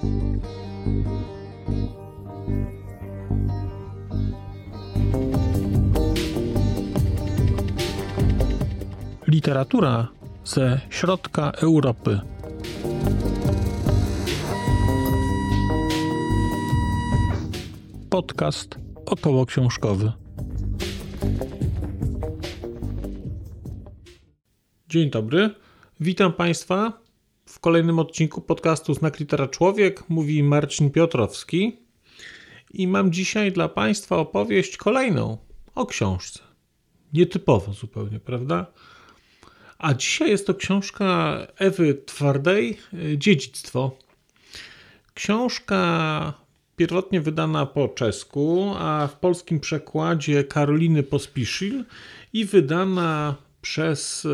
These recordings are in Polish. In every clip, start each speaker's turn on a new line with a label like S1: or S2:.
S1: Literatura ze środka Europy. Podcast okołoksiążkowy. Dzień dobry, witam Państwa w kolejnym odcinku podcastu Znak Litera Człowiek. Mówi Marcin Piotrowski i mam dzisiaj dla Państwa opowieść kolejną o książce. Nietypowo zupełnie, prawda? A dzisiaj jest to książka Ewy Twardej, Dziedzictwo. Książka pierwotnie wydana po czesku, a w polskim przekładzie Karoliny Pospiszil i wydana przez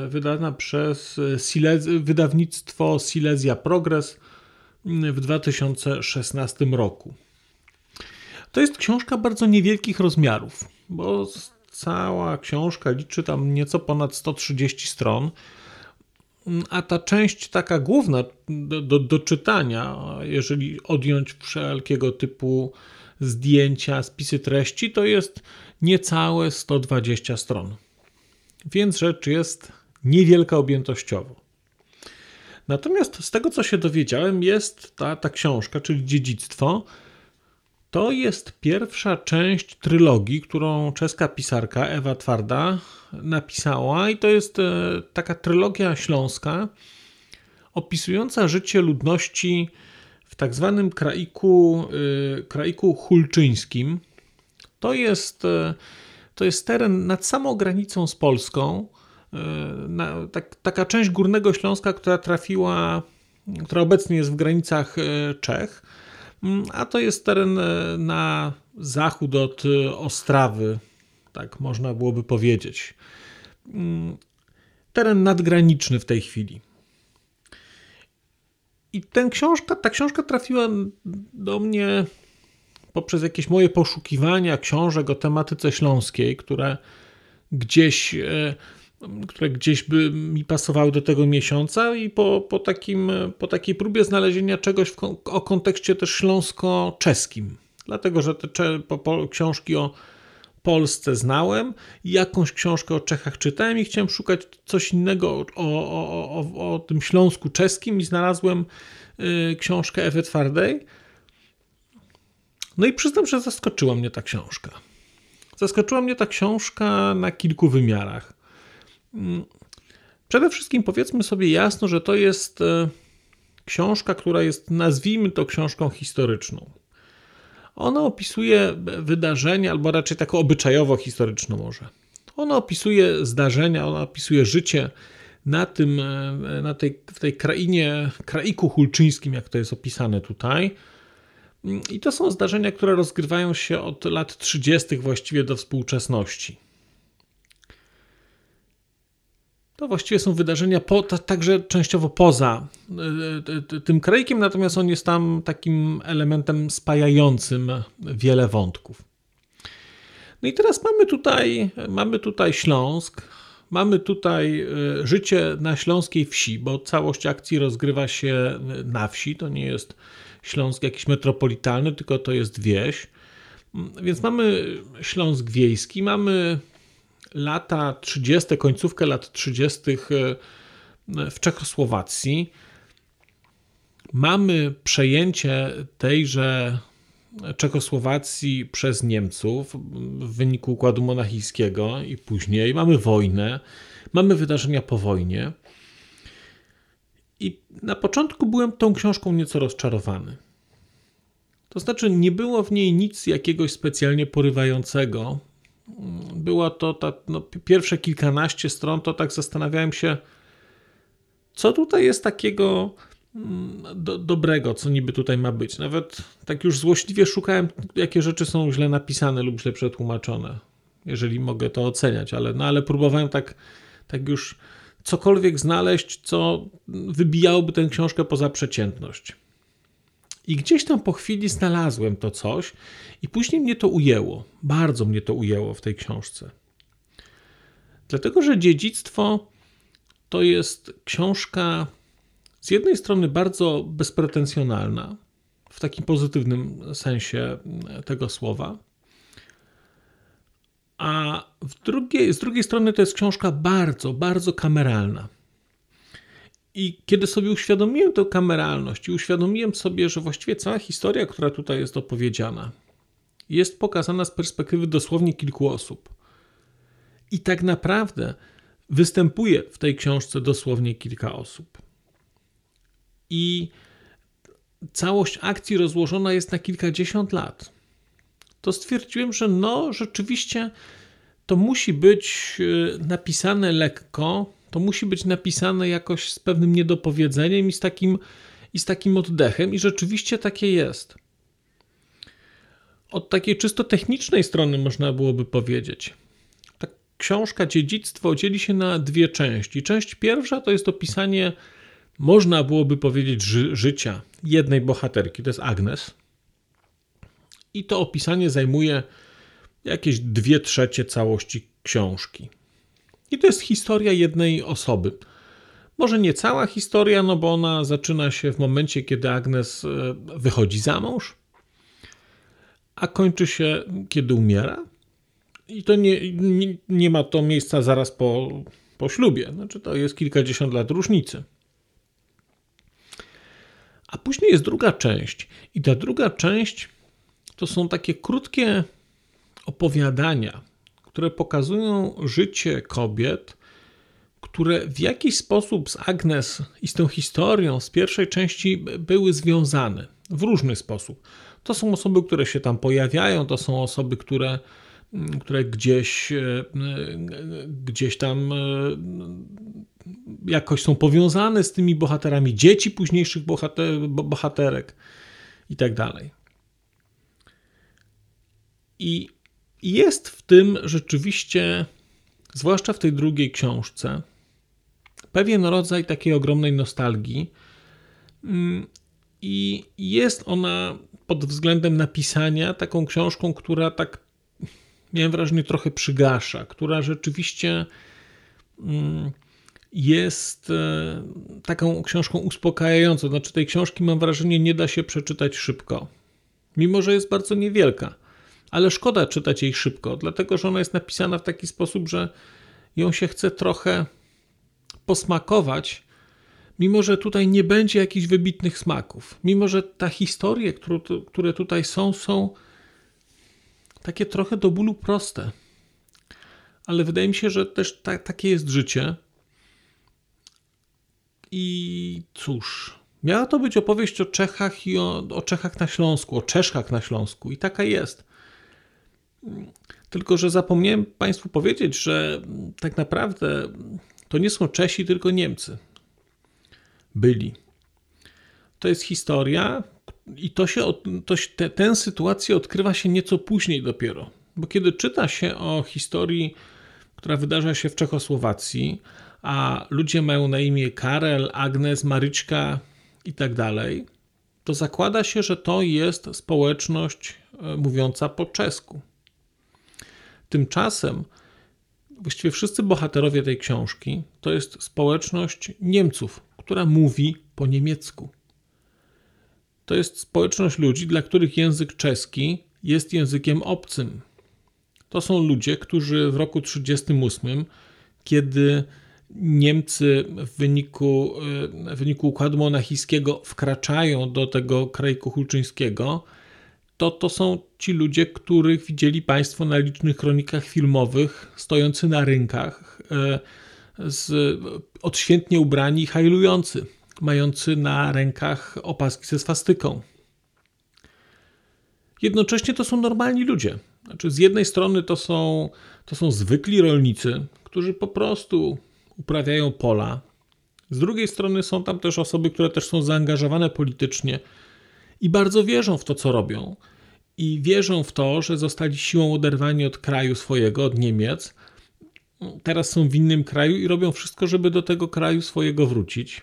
S1: wydawnictwo Silesia Progress w 2016 roku. To jest książka bardzo niewielkich rozmiarów, bo cała książka liczy tam nieco ponad 130 stron, a ta część taka główna do czytania, jeżeli odjąć wszelkiego typu zdjęcia, spisy treści, to jest niecałe 120 stron. Więc rzecz jest niewielka objętościowo. Natomiast z tego, co się dowiedziałem, jest ta książka, czyli Dziedzictwo, to jest pierwsza część trylogii, którą czeska pisarka Ewa Twarda napisała i to jest taka trylogia śląska opisująca życie ludności w tak zwanym kraiku hulczyńskim. To jest teren nad samą granicą z Polską, taka część Górnego Śląska, która obecnie jest w granicach Czech, a to jest teren na zachód od Ostrawy, tak można byłoby powiedzieć. Teren nadgraniczny w tej chwili. I ta książka trafiła do mnie poprzez jakieś moje poszukiwania książek o tematyce śląskiej, które gdzieś by mi pasowały do tego miesiąca i po takiej próbie znalezienia czegoś o kontekście też śląsko-czeskim. Dlatego, że te książki o Polsce znałem i jakąś książkę o Czechach czytałem i chciałem szukać coś innego o tym Śląsku czeskim i znalazłem książkę Ewy Twardej. No i przyznam, że zaskoczyła mnie ta książka. Zaskoczyła mnie ta książka na kilku wymiarach. Przede wszystkim powiedzmy sobie jasno, że to jest książka, która jest, nazwijmy to, książką historyczną. Ona opisuje wydarzenia, albo raczej taką obyczajowo historyczną może. Ona opisuje zdarzenia, ona opisuje życie w tej kraiku hulczyńskim, jak to jest opisane tutaj. I to są zdarzenia, które rozgrywają się od lat 30. właściwie do współczesności. To właściwie są wydarzenia także częściowo poza tym kraikiem, natomiast on jest tam takim elementem spajającym wiele wątków. No i teraz mamy tutaj Śląsk, mamy tutaj życie na śląskiej wsi, bo całość akcji rozgrywa się na wsi, to nie jest Śląsk jakiś metropolitalny, tylko to jest wieś. Więc mamy Śląsk wiejski, mamy lata 30., końcówkę lat 30. w Czechosłowacji. Mamy przejęcie tejże Czechosłowacji przez Niemców w wyniku układu monachijskiego i później. Mamy wojnę, mamy wydarzenia po wojnie. I na początku byłem tą książką nieco rozczarowany. To znaczy nie było w niej nic jakiegoś specjalnie porywającego. Było to pierwsze kilkanaście stron, to tak zastanawiałem się, co tutaj jest takiego dobrego, co niby tutaj ma być. Nawet tak już złośliwie szukałem, jakie rzeczy są źle napisane lub źle przetłumaczone, jeżeli mogę to oceniać, ale próbowałem tak już cokolwiek znaleźć, co wybijałoby tę książkę poza przeciętność. I gdzieś tam po chwili znalazłem to coś i później mnie to ujęło. Bardzo mnie to ujęło w tej książce. Dlatego, że Dziedzictwo to jest książka z jednej strony bardzo bezpretensjonalna, w takim pozytywnym sensie tego słowa, a z drugiej strony to jest książka bardzo, bardzo kameralna. I kiedy sobie uświadomiłem tę kameralność i uświadomiłem sobie, że właściwie cała historia, która tutaj jest opowiedziana, jest pokazana z perspektywy dosłownie kilku osób. I tak naprawdę występuje w tej książce dosłownie kilka osób. I całość akcji rozłożona jest na kilkadziesiąt lat. To stwierdziłem, że rzeczywiście to musi być napisane lekko, to musi być napisane jakoś z pewnym niedopowiedzeniem i z takim oddechem i rzeczywiście takie jest. Od takiej czysto technicznej strony można byłoby powiedzieć. Ta książka Dziedzictwo dzieli się na dwie części. Część pierwsza to jest opisanie, można byłoby powiedzieć, życia jednej bohaterki, to jest Agnes. I to opisanie zajmuje jakieś 2/3 całości książki. I to jest historia jednej osoby. Może nie cała historia, bo ona zaczyna się w momencie, kiedy Agnes wychodzi za mąż, a kończy się, kiedy umiera. I to nie ma to miejsca zaraz po ślubie. Znaczy to jest kilkadziesiąt lat różnicy. A później jest druga część. I ta druga część to są takie krótkie opowiadania, które pokazują życie kobiet, które w jakiś sposób z Agnes i z tą historią z pierwszej części były związane w różny sposób. To są osoby, które się tam pojawiają, to są osoby, które gdzieś tam jakoś są powiązane z tymi bohaterami, dzieci późniejszych bohaterek i tak dalej. I jest w tym rzeczywiście, zwłaszcza w tej drugiej książce, pewien rodzaj takiej ogromnej nostalgii i jest ona pod względem napisania taką książką, która tak, miałem wrażenie, trochę przygasza, która rzeczywiście jest taką książką uspokajającą. Znaczy tej książki, mam wrażenie, nie da się przeczytać szybko, mimo że jest bardzo niewielka. Ale szkoda czytać jej szybko, dlatego że ona jest napisana w taki sposób, że ją się chce trochę posmakować, mimo że tutaj nie będzie jakichś wybitnych smaków. Mimo że te historie, które tutaj są takie trochę do bólu proste. Ale wydaje mi się, że też takie jest życie. I cóż, miała to być opowieść o Czechach i o Czechach na Śląsku, o Czeszkach na Śląsku i taka jest. Tylko że zapomniałem Państwu powiedzieć, że tak naprawdę to nie są Czesi, tylko Niemcy. Byli. To jest historia i tę sytuację odkrywa się nieco później dopiero. Bo kiedy czyta się o historii, która wydarza się w Czechosłowacji, a ludzie mają na imię Karel, Agnes, Maryczka i tak dalej, to zakłada się, że to jest społeczność mówiąca po czesku. Tymczasem właściwie wszyscy bohaterowie tej książki to jest społeczność Niemców, która mówi po niemiecku. To jest społeczność ludzi, dla których język czeski jest językiem obcym. To są ludzie, którzy w roku 1938, kiedy Niemcy w wyniku układu monachijskiego wkraczają do tego kraiku hulczyńskiego, to są ci ludzie, których widzieli Państwo na licznych kronikach filmowych, stojący na rynkach, odświętnie ubrani i hajlujący, mający na rękach opaski ze swastyką. Jednocześnie to są normalni ludzie. Znaczy, z jednej strony to są zwykli rolnicy, którzy po prostu uprawiają pola. Z drugiej strony są tam też osoby, które też są zaangażowane politycznie i bardzo wierzą w to, co robią. I wierzą w to, że zostali siłą oderwani od kraju swojego, od Niemiec. Teraz są w innym kraju i robią wszystko, żeby do tego kraju swojego wrócić.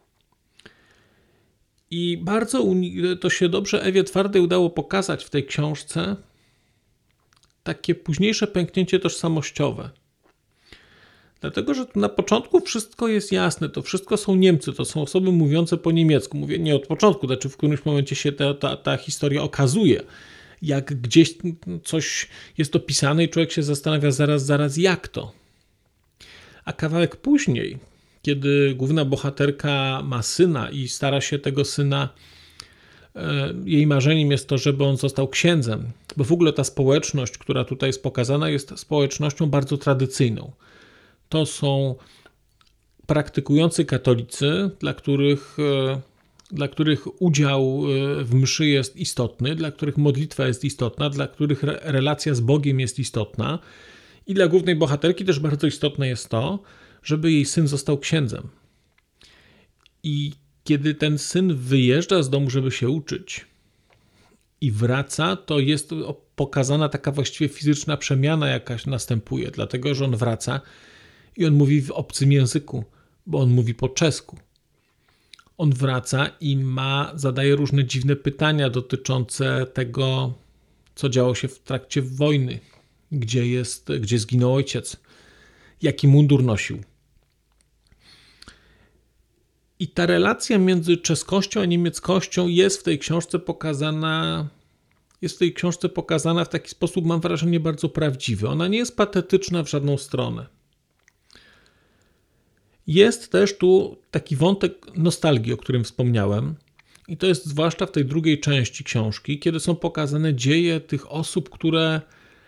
S1: I bardzo to się dobrze Ewie Twardej udało pokazać w tej książce takie późniejsze pęknięcie tożsamościowe. Dlatego, że tu na początku wszystko jest jasne, to wszystko są Niemcy, to są osoby mówiące po niemiecku. Mówię nie od początku, znaczy w którymś momencie się ta historia okazuje, jak gdzieś coś jest opisane i człowiek się zastanawia zaraz, jak to? A kawałek później, kiedy główna bohaterka ma syna i stara się tego syna, jej marzeniem jest to, żeby on został księdzem, bo w ogóle ta społeczność, która tutaj jest pokazana, jest społecznością bardzo tradycyjną. To są praktykujący katolicy, dla których udział w mszy jest istotny, dla których modlitwa jest istotna, dla których relacja z Bogiem jest istotna i dla głównej bohaterki też bardzo istotne jest to, żeby jej syn został księdzem. I kiedy ten syn wyjeżdża z domu, żeby się uczyć i wraca, to jest pokazana taka właściwie fizyczna przemiana jakaś następuje, dlatego że on wraca i on mówi w obcym języku, bo on mówi po czesku. On wraca i zadaje różne dziwne pytania dotyczące tego, co działo się w trakcie wojny, gdzie zginął ojciec, jaki mundur nosił. I ta relacja między czeskością a niemieckością jest w tej książce pokazana w taki sposób, mam wrażenie, bardzo prawdziwy. Ona nie jest patetyczna w żadną stronę. Jest też tu taki wątek nostalgii, o którym wspomniałem. I to jest zwłaszcza w tej drugiej części książki, kiedy są pokazane dzieje tych osób, które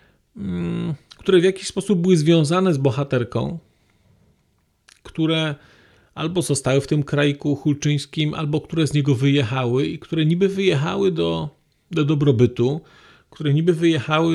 S1: w jakiś sposób były związane z bohaterką, które albo zostały w tym kraiku hulczyńskim, albo które z niego wyjechały i które niby wyjechały do dobrobytu, które niby wyjechały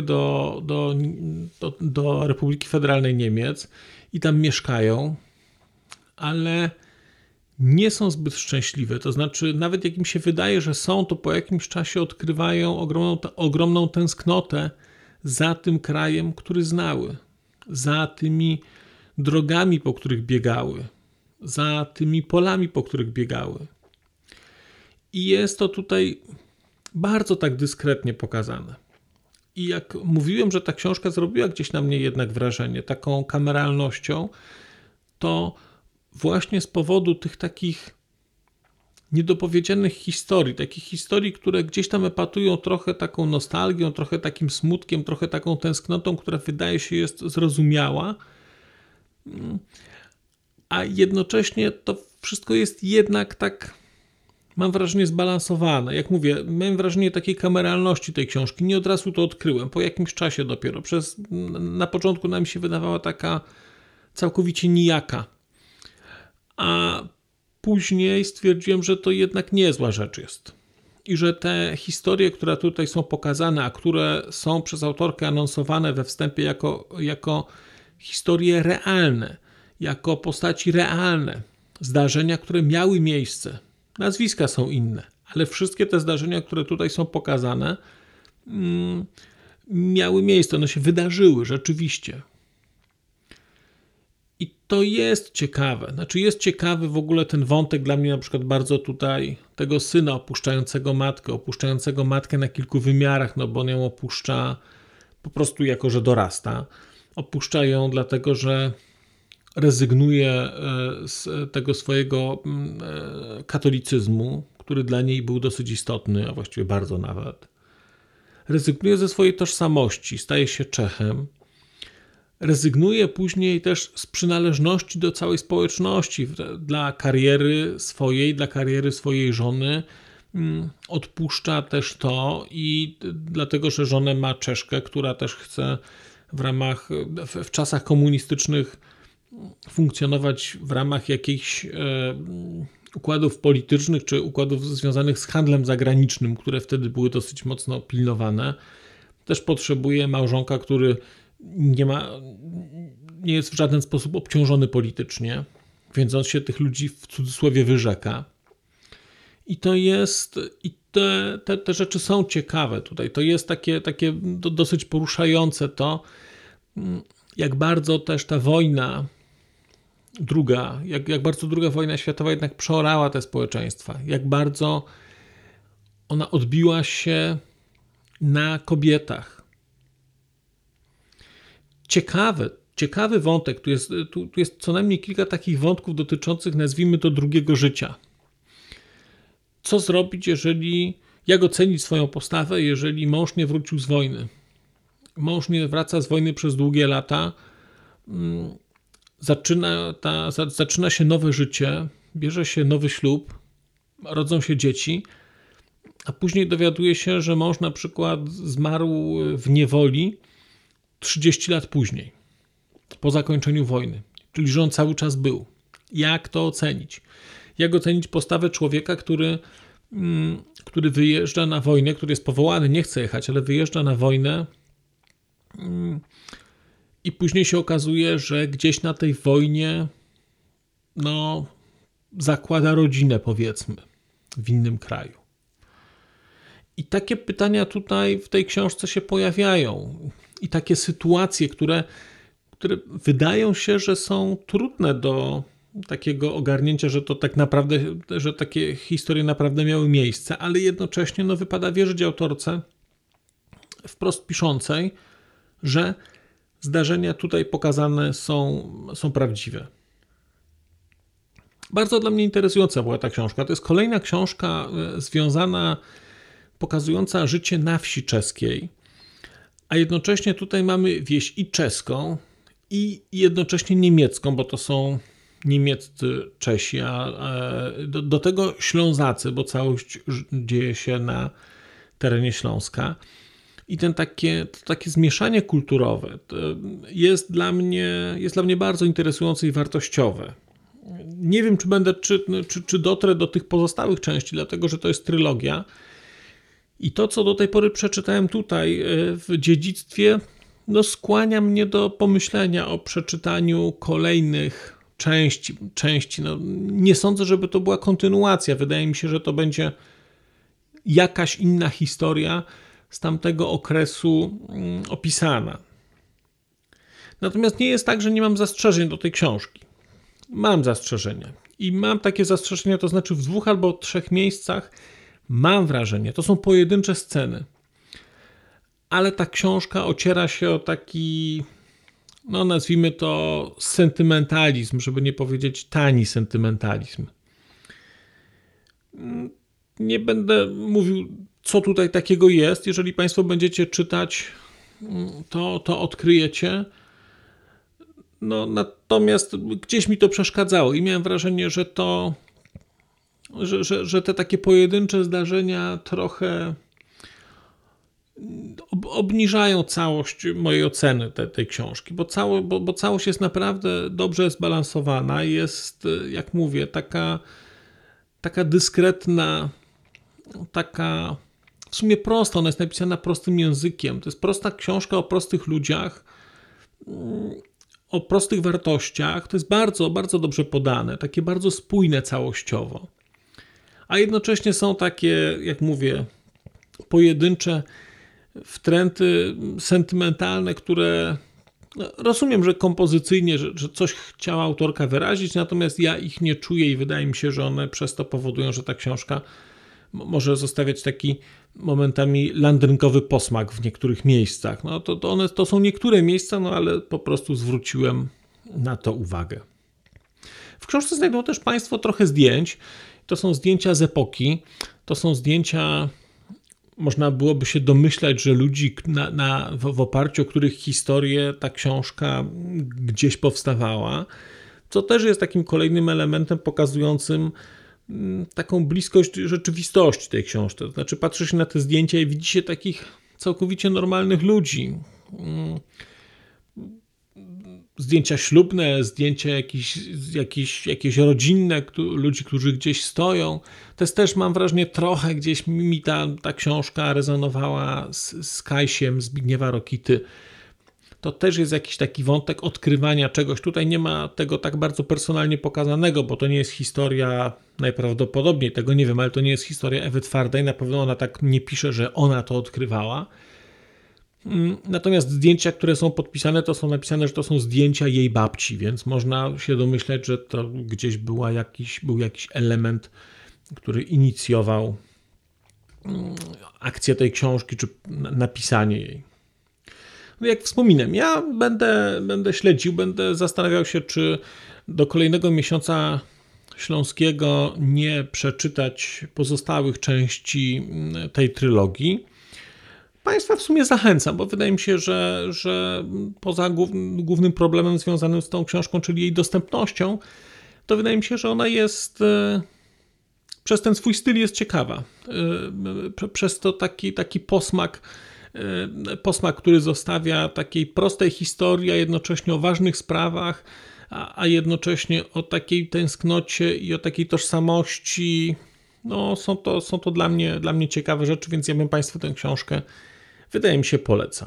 S1: do Republiki Federalnej Niemiec i tam mieszkają, ale nie są zbyt szczęśliwe. To znaczy, nawet jak im się wydaje, że są, to po jakimś czasie odkrywają ogromną tęsknotę za tym krajem, który znały, za tymi drogami, po których biegały, za tymi polami, po których biegały. I jest to tutaj bardzo tak dyskretnie pokazane. I jak mówiłem, że ta książka zrobiła gdzieś na mnie jednak wrażenie taką kameralnością, to właśnie z powodu tych takich niedopowiedzianych historii, takich historii, które gdzieś tam epatują trochę taką nostalgią, trochę takim smutkiem, trochę taką tęsknotą, która wydaje się jest zrozumiała, a jednocześnie to wszystko jest jednak tak, mam wrażenie, zbalansowane. Jak mówię, miałem wrażenie takiej kameralności tej książki. Nie od razu to odkryłem, po jakimś czasie dopiero. Na początku nam się wydawała taka całkowicie nijaka. A później stwierdziłem, że to jednak niezła rzecz jest. I że te historie, które tutaj są pokazane, a które są przez autorkę anonsowane we wstępie jako historie realne, jako postaci realne, zdarzenia, które miały miejsce. Nazwiska są inne, ale wszystkie te zdarzenia, które tutaj są pokazane, miały miejsce, one się wydarzyły rzeczywiście. I to jest ciekawe. Znaczy jest ciekawy w ogóle ten wątek dla mnie na przykład bardzo tutaj tego syna opuszczającego matkę na kilku wymiarach, no bo on ją opuszcza po prostu jako, że dorasta. Opuszcza ją dlatego, że rezygnuje z tego swojego katolicyzmu, który dla niej był dosyć istotny, a właściwie bardzo nawet. Rezygnuje ze swojej tożsamości, staje się Czechem. Rezygnuje później też z przynależności do całej społeczności dla kariery swojej żony. Odpuszcza też to i dlatego, że żonę ma Czeszkę, która też chce w czasach komunistycznych funkcjonować w ramach jakichś układów politycznych czy układów związanych z handlem zagranicznym, które wtedy były dosyć mocno pilnowane. Też potrzebuje małżonka, który nie jest w żaden sposób obciążony politycznie, więc on się tych ludzi w cudzysłowie wyrzeka. I to jest, te rzeczy są ciekawe tutaj. To jest takie dosyć poruszające to, jak bardzo też ta wojna jak bardzo druga wojna światowa jednak przeorała te społeczeństwa, jak bardzo ona odbiła się na kobietach. Ciekawe ciekawy wątek, tu jest co najmniej kilka takich wątków dotyczących, nazwijmy to, drugiego życia. Co zrobić, jak ocenić swoją postawę, jeżeli mąż nie wrócił z wojny? Mąż nie wraca z wojny przez długie lata, zaczyna się nowe życie, bierze się nowy ślub, rodzą się dzieci, a później dowiaduje się, że mąż na przykład zmarł w niewoli 30 lat później, po zakończeniu wojny, czyli że on cały czas był. Jak to ocenić? Jak ocenić postawę człowieka, który wyjeżdża na wojnę, który jest powołany, nie chce jechać, ale wyjeżdża na wojnę i później się okazuje, że gdzieś na tej wojnie zakłada rodzinę, powiedzmy, w innym kraju. I takie pytania tutaj w tej książce się pojawiają. I takie sytuacje, które wydają się, że są trudne do takiego ogarnięcia, że to tak naprawdę, że takie historie naprawdę miały miejsce, ale jednocześnie wypada wierzyć autorce wprost piszącej, że zdarzenia tutaj pokazane są prawdziwe. Bardzo dla mnie interesująca była ta książka. To jest kolejna książka pokazująca życie na wsi czeskiej, a jednocześnie tutaj mamy wieś i czeską, i jednocześnie niemiecką, bo to są niemieccy Czesi, a do tego Ślązacy, bo całość dzieje się na terenie Śląska. I takie zmieszanie kulturowe jest dla mnie bardzo interesujące i wartościowe. Nie wiem, czy dotrę do tych pozostałych części, dlatego że to jest trylogia. I to, co do tej pory przeczytałem tutaj w dziedzictwie, skłania mnie do pomyślenia o przeczytaniu kolejnych części. Nie sądzę, żeby to była kontynuacja. Wydaje mi się, że to będzie jakaś inna historia z tamtego okresu opisana. Natomiast nie jest tak, że nie mam zastrzeżeń do tej książki. Mam zastrzeżenia. I mam takie zastrzeżenia, to znaczy w 2 albo 3 miejscach mam wrażenie, to są pojedyncze sceny, ale ta książka ociera się o taki, nazwijmy to, sentymentalizm, żeby nie powiedzieć tani sentymentalizm. Nie będę mówił, co tutaj takiego jest. Jeżeli Państwo będziecie czytać, to odkryjecie. Natomiast gdzieś mi to przeszkadzało i miałem wrażenie, że te takie pojedyncze zdarzenia trochę obniżają całość mojej oceny tej książki, bo całość jest naprawdę dobrze zbalansowana. Jest, jak mówię, taka dyskretna, taka w sumie prosta, ona jest napisana prostym językiem. To jest prosta książka o prostych ludziach, o prostych wartościach. To jest bardzo, bardzo dobrze podane, takie bardzo spójne całościowo. A jednocześnie są takie, jak mówię, pojedyncze wtręty sentymentalne, które rozumiem, że kompozycyjnie, że coś chciała autorka wyrazić, natomiast ja ich nie czuję i wydaje mi się, że one przez to powodują, że ta książka może zostawiać taki momentami landrynkowy posmak w niektórych miejscach. To są niektóre miejsca, ale po prostu zwróciłem na to uwagę. W książce znajdą też Państwo trochę zdjęć. To są zdjęcia z epoki. To są zdjęcia, można byłoby się domyślać, że ludzi, w oparciu o których historię ta książka gdzieś powstawała. Co też jest takim kolejnym elementem pokazującym taką bliskość rzeczywistości tej książki. To znaczy patrzy się na te zdjęcia i widzi się takich całkowicie normalnych ludzi. Zdjęcia ślubne, zdjęcia jakieś rodzinne, ludzi, którzy gdzieś stoją. To jest też, mam wrażenie, trochę gdzieś mi ta książka rezonowała z Kajsiem Zbigniewa Rokity. To też jest jakiś taki wątek odkrywania czegoś. Tutaj nie ma tego tak bardzo personalnie pokazanego, bo to nie jest historia, najprawdopodobniej, tego nie wiem, ale to nie jest historia Ewy Twardej. Na pewno ona tak nie pisze, że ona to odkrywała. Natomiast zdjęcia, które są podpisane, to są napisane, że to są zdjęcia jej babci, więc można się domyśleć, że to gdzieś był jakiś element, który inicjował akcję tej książki, czy napisanie jej. No jak wspominam, ja będę śledził, będę zastanawiał się, czy do kolejnego miesiąca śląskiego nie przeczytać pozostałych części tej trylogii. Państwa w sumie zachęcam, bo wydaje mi się, że poza głównym problemem związanym z tą książką, czyli jej dostępnością, to wydaje mi się, że ona jest przez ten swój styl jest ciekawa. Przez to taki posmak, który zostawia takiej prostej historii, a jednocześnie o ważnych sprawach, a jednocześnie o takiej tęsknocie i o takiej tożsamości. No, są to dla mnie ciekawe rzeczy, więc ja bym Państwu tę książkę, wydaje mi się, polecał.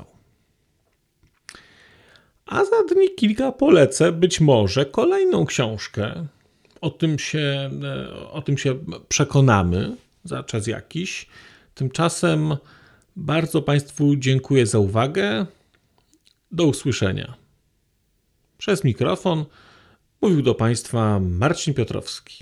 S1: A za dni kilka polecę być może kolejną książkę. O tym się przekonamy za czas jakiś. Tymczasem bardzo Państwu dziękuję za uwagę. Do usłyszenia. Przez mikrofon mówił do Państwa Marcin Piotrowski.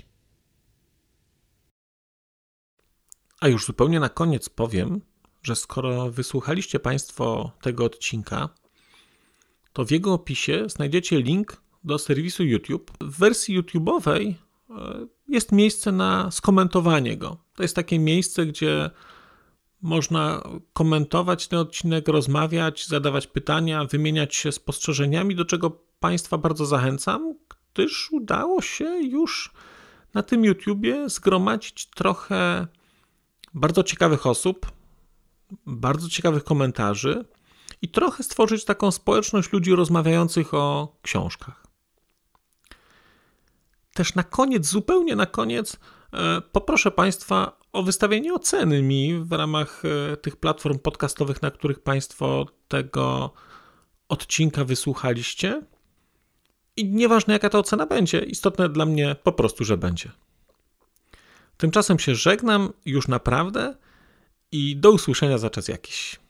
S1: A już zupełnie na koniec powiem, że skoro wysłuchaliście Państwo tego odcinka, to w jego opisie znajdziecie link do serwisu YouTube. W wersji YouTube'owej jest miejsce na skomentowanie go. To jest takie miejsce, gdzie można komentować ten odcinek, rozmawiać, zadawać pytania, wymieniać się spostrzeżeniami, do czego Państwa bardzo zachęcam, gdyż udało się już na tym YouTubie zgromadzić trochę bardzo ciekawych osób, bardzo ciekawych komentarzy i trochę stworzyć taką społeczność ludzi rozmawiających o książkach. Też na koniec, zupełnie na koniec, poproszę Państwa o wystawienie oceny mi w ramach tych platform podcastowych, na których Państwo tego odcinka wysłuchaliście. I nieważne jaka ta ocena będzie, istotne dla mnie po prostu, że będzie. Tymczasem się żegnam już naprawdę i do usłyszenia za czas jakiś.